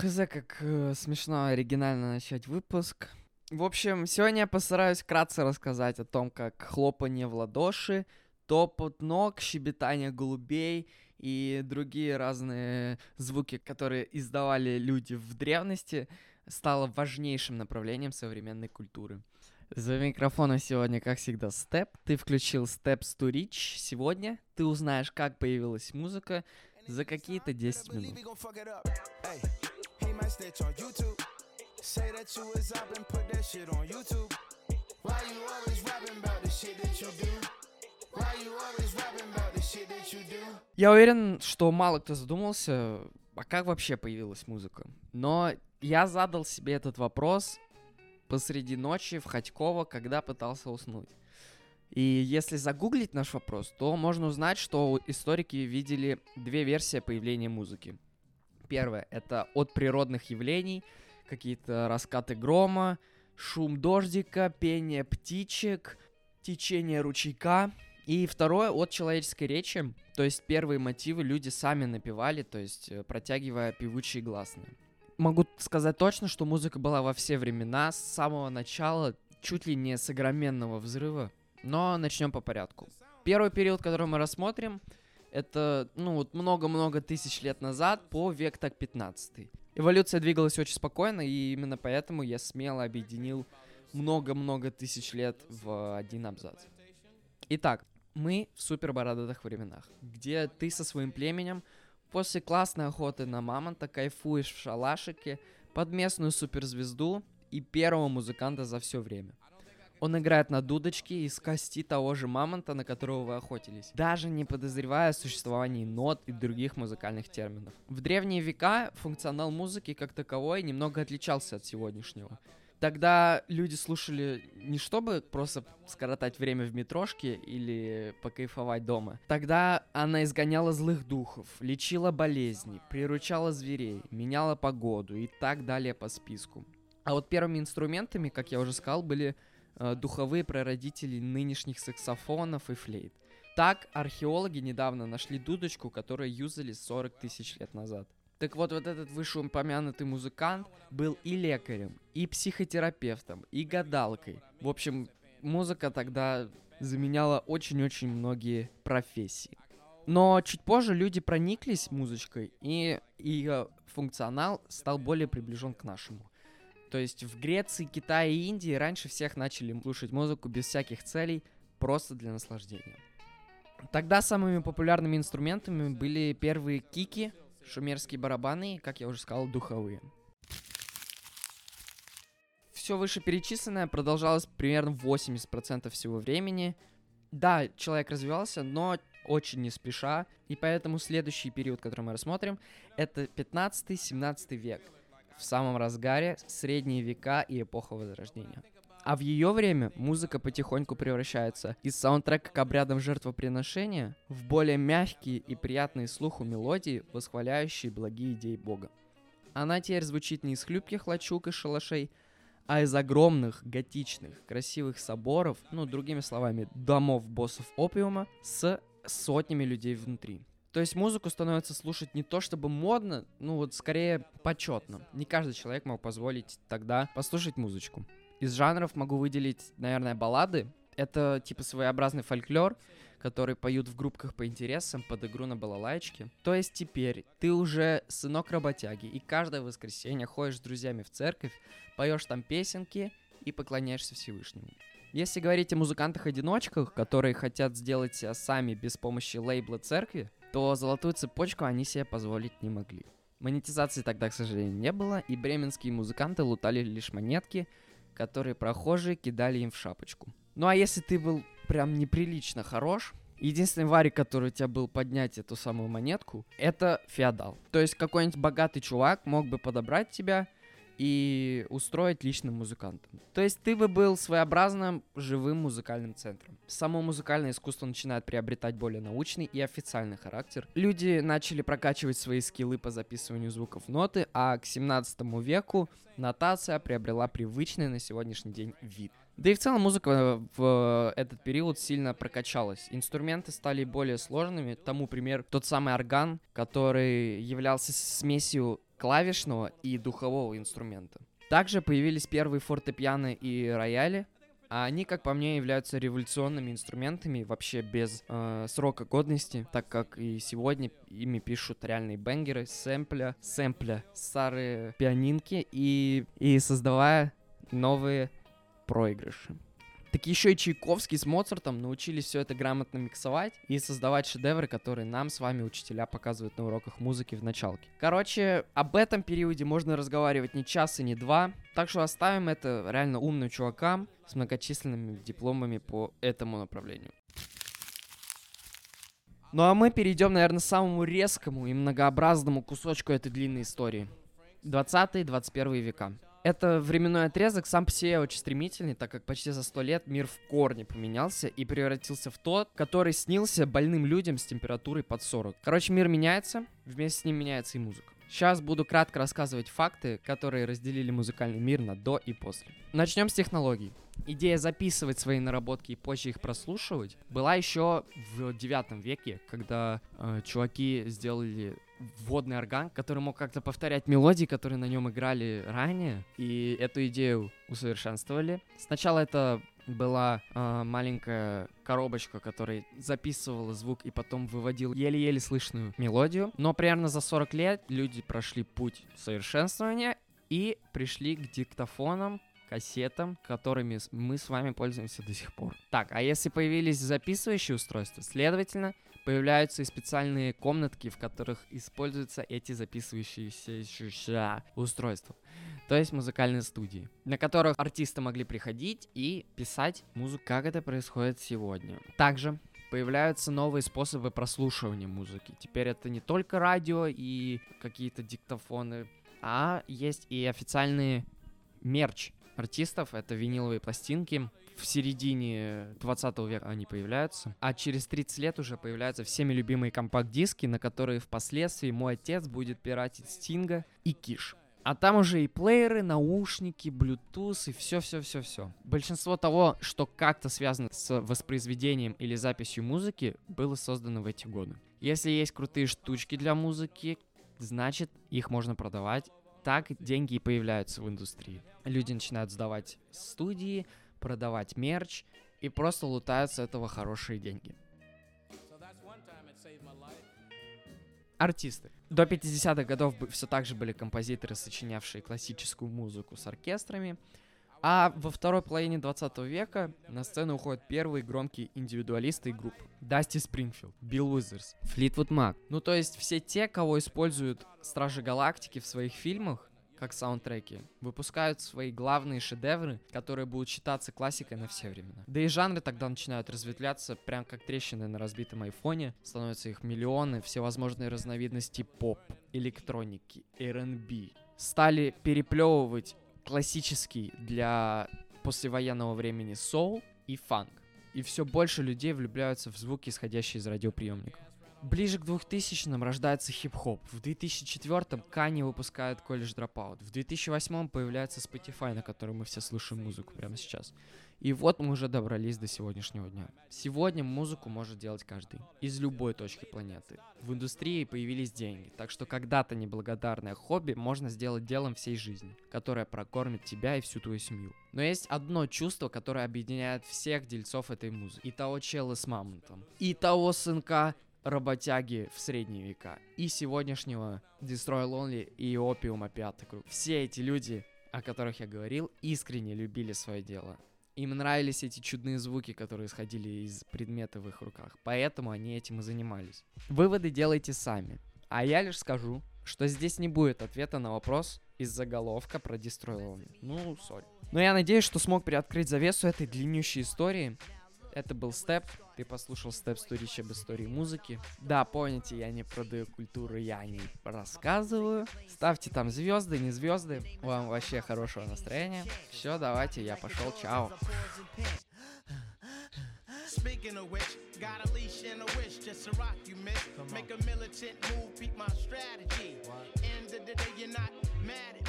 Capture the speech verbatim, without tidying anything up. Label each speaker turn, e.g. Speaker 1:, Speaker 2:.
Speaker 1: Хз, как э, смешно оригинально начать выпуск. В общем, сегодня я постараюсь вкратце рассказать о том, как хлопанье в ладоши, топот ног, щебетание голубей и другие разные звуки, которые издавали люди в древности, стало важнейшим направлением современной культуры. За микрофоном сегодня, как всегда, Степ. Ты включил Steps to Reach. Сегодня ты узнаешь, как появилась музыка за какие-то десять минут. Я уверен, что мало кто задумался, а как вообще появилась музыка. Но я задал себе этот вопрос посреди ночи в Хотьково, когда пытался уснуть. И если загуглить наш вопрос, то можно узнать, что историки видели две версии появления музыки. Первая — это от природных явлений, какие-то раскаты грома, шум дождика, пение птичек, течение ручейка. И второе — от человеческой речи, то есть первые мотивы люди сами напевали, то есть протягивая певучие гласные. Могу сказать точно, что музыка была во все времена, с самого начала, чуть ли не с огроменного взрыва. Но начнем по порядку. Первый период, который мы рассмотрим, это, ну, вот много-много тысяч лет назад, по век так пятнадцатый. Эволюция двигалась очень спокойно, и именно поэтому я смело объединил много-много тысяч лет в один абзац. Итак, мы в супербородатых временах, где ты со своим племенем после классной охоты на мамонта кайфуешь в шалашике под местную суперзвезду и первого музыканта за все время. Он играет на дудочке из кости того же мамонта, на которого вы охотились, даже не подозревая о существовании нот и других музыкальных терминов. В древние века функционал музыки как таковой немного отличался от сегодняшнего. Тогда люди слушали не чтобы просто скоротать время в метрошке или покайфовать дома. Тогда она изгоняла злых духов, лечила болезни, приручала зверей, меняла погоду и так далее по списку. А вот первыми инструментами, как я уже сказал, были э, духовые прародители нынешних саксофонов и флейт. Так археологи недавно нашли дудочку, которую юзали сорок тысяч лет назад. Так вот, вот этот вышеупомянутый музыкант был и лекарем, и психотерапевтом, и гадалкой. В общем, музыка тогда заменяла очень-очень многие профессии. Но чуть позже люди прониклись музычкой, и ее функционал стал более приближен к нашему. То есть в Греции, Китае и Индии раньше всех начали слушать музыку без всяких целей, просто для наслаждения. Тогда самыми популярными инструментами были первые кики, шумерские барабаны, как я уже сказал, духовые. Все вышеперечисленное продолжалось примерно восемьдесят процентов всего времени. Да, человек развивался, но очень не спеша, и поэтому следующий период, который мы рассмотрим, это пятнадцатый-семнадцатый век. В самом разгаре средние века и эпоха Возрождения. А в ее время музыка потихоньку превращается из саундтрека к обрядам жертвоприношения в более мягкие и приятные слуху мелодии, восхваляющие благие идеи Бога. Она теперь звучит не из хлюпких лачуг и шалашей, а из огромных, готичных, красивых соборов, ну, другими словами, домов боссов опиума с сотнями людей внутри. То есть музыку становится слушать не то чтобы модно, ну вот скорее почетно. Не каждый человек мог позволить тогда послушать музычку. Из жанров могу выделить, наверное, баллады. Это типа своеобразный фольклор, который поют в группках по интересам под игру на балалайчике. То есть теперь ты уже сынок работяги, и каждое воскресенье ходишь с друзьями в церковь, поешь там песенки и поклоняешься Всевышнему. Если говорить о музыкантах-одиночках, которые хотят сделать себя сами без помощи лейбла церкви, то золотую цепочку они себе позволить не могли. Монетизации тогда, к сожалению, не было, и бременские музыканты лутали лишь монетки, которые прохожие кидали им в шапочку. Ну а если ты был прям неприлично хорош, единственный варик, который у тебя был поднять эту самую монетку, это феодал. То есть какой-нибудь богатый чувак мог бы подобрать тебя и устроить личным музыкантом. То есть ты бы был своеобразным живым музыкальным центром. Само музыкальное искусство начинает приобретать более научный и официальный характер. Люди начали прокачивать свои скиллы по записыванию звуков в ноты, а к семнадцатому веку нотация приобрела привычный на сегодняшний день вид. Да и в целом музыка в этот период сильно прокачалась. Инструменты стали более сложными. Тому пример тот самый орган, который являлся смесью клавишного и духового инструмента. Также появились первые фортепиано и рояли, а они, как по мне, являются революционными инструментами вообще без э, срока годности, так как и сегодня ими пишут реальные бенгеры, сэмпля, сэмпля, старые пианинки и, и создавая новые проигрыши. Так еще и Чайковский с Моцартом научились все это грамотно миксовать и создавать шедевры, которые нам с вами учителя показывают на уроках музыки в началке. Короче, об этом периоде можно разговаривать не час и не два, так что оставим это реально умным чувакам с многочисленными дипломами по этому направлению. Ну а мы перейдем, наверное, к самому резкому и многообразному кусочку этой длинной истории. двадцатый двадцать первый века. Это временной отрезок сам по себе очень стремительный, так как почти за сто лет мир в корне поменялся и превратился в тот, который снился больным людям с температурой под сорок. Короче, мир меняется, вместе с ним меняется и музыка. Сейчас буду кратко рассказывать факты, которые разделили музыкальный мир на до и после. Начнем с технологий. Идея записывать свои наработки и позже их прослушивать была еще в девятом веке, когда э, чуваки сделали вводный орган, который мог как-то повторять мелодии, которые на нем играли ранее, и эту идею усовершенствовали. Сначала это была э, маленькая коробочка, которая записывала звук и потом выводил еле-еле слышную мелодию. Но примерно за сорок лет люди прошли путь совершенствования и пришли к диктофонам, кассетам, которыми мы с вами пользуемся до сих пор. Так, а если появились записывающие устройства, следовательно, появляются и специальные комнатки, в которых используются эти записывающиеся устройства. То есть музыкальные студии, на которых артисты могли приходить и писать музыку, как это происходит сегодня. Также появляются новые способы прослушивания музыки. Теперь это не только радио и какие-то диктофоны, а есть и официальные мерч артистов, это виниловые пластинки. В середине двадцатого века они появляются, а через тридцать лет уже появляются всеми любимые компакт-диски, на которые впоследствии мой отец будет пиратить Стинга и Киш. А там уже и плееры, наушники, Bluetooth и все-все-все-все. Большинство того, что как-то связано с воспроизведением или записью музыки, было создано в эти годы. Если есть крутые штучки для музыки, значит их можно продавать. Так деньги и появляются в индустрии. Люди начинают сдавать студии, продавать мерч и просто лутают с этого хорошие деньги. Артисты. До пятидесятых годов все так же были композиторы, сочинявшие классическую музыку с оркестрами. А во второй половине двадцатого века на сцену уходят первые громкие индивидуалисты и группы. Дасти Спрингфилд, Билл Уизерс, Флитвуд Мак. Ну то есть все те, кого используют Стражи Галактики в своих фильмах, как саундтреки, выпускают свои главные шедевры, которые будут считаться классикой на все времена. Да и жанры тогда начинают разветвляться, прям как трещины на разбитом айфоне. Становятся их миллионы, всевозможные разновидности поп, электроники, эр энд би. Стали переплевывать классический для послевоенного времени соул и фанк. И все больше людей влюбляются в звуки, исходящие из радиоприемников. Ближе к двухтысячным рождается хип-хоп. В две тысячи четвёртом Kanye выпускает College Dropout. В две тысячи восьмом появляется Spotify, на котором мы все слушаем музыку прямо сейчас. И вот мы уже добрались до сегодняшнего дня. Сегодня музыку может делать каждый. Из любой точки планеты. В индустрии появились деньги. Так что когда-то неблагодарное хобби можно сделать делом всей жизни, которое прокормит тебя и всю твою семью. Но есть одно чувство, которое объединяет всех дельцов этой музыки. И того чела с мамонтом. И того сынка работяги в средние века, и сегодняшнего Destroy Lonely и Opium Опиатный круг. Все эти люди, о которых я говорил, искренне любили свое дело. Им нравились эти чудные звуки, которые исходили из предмета в их руках, поэтому они этим и занимались. Выводы делайте сами, а я лишь скажу, что здесь не будет ответа на вопрос из заголовка про Destroy Lonely. Ну, сори. Но я надеюсь, что смог приоткрыть завесу этой длиннющей истории. Это был Степ. Ты послушал Степ Сторич об истории музыки. Да, помните, я не продаю культуру, я о ней рассказываю. Ставьте там звезды, не звезды. Вам вообще хорошего настроения. Все, давайте, я пошел. Чао. Speaking of which, got a leash and a wish just to rock you, miss. Make a militant move, beat my strategy. End of the day, you're not mad at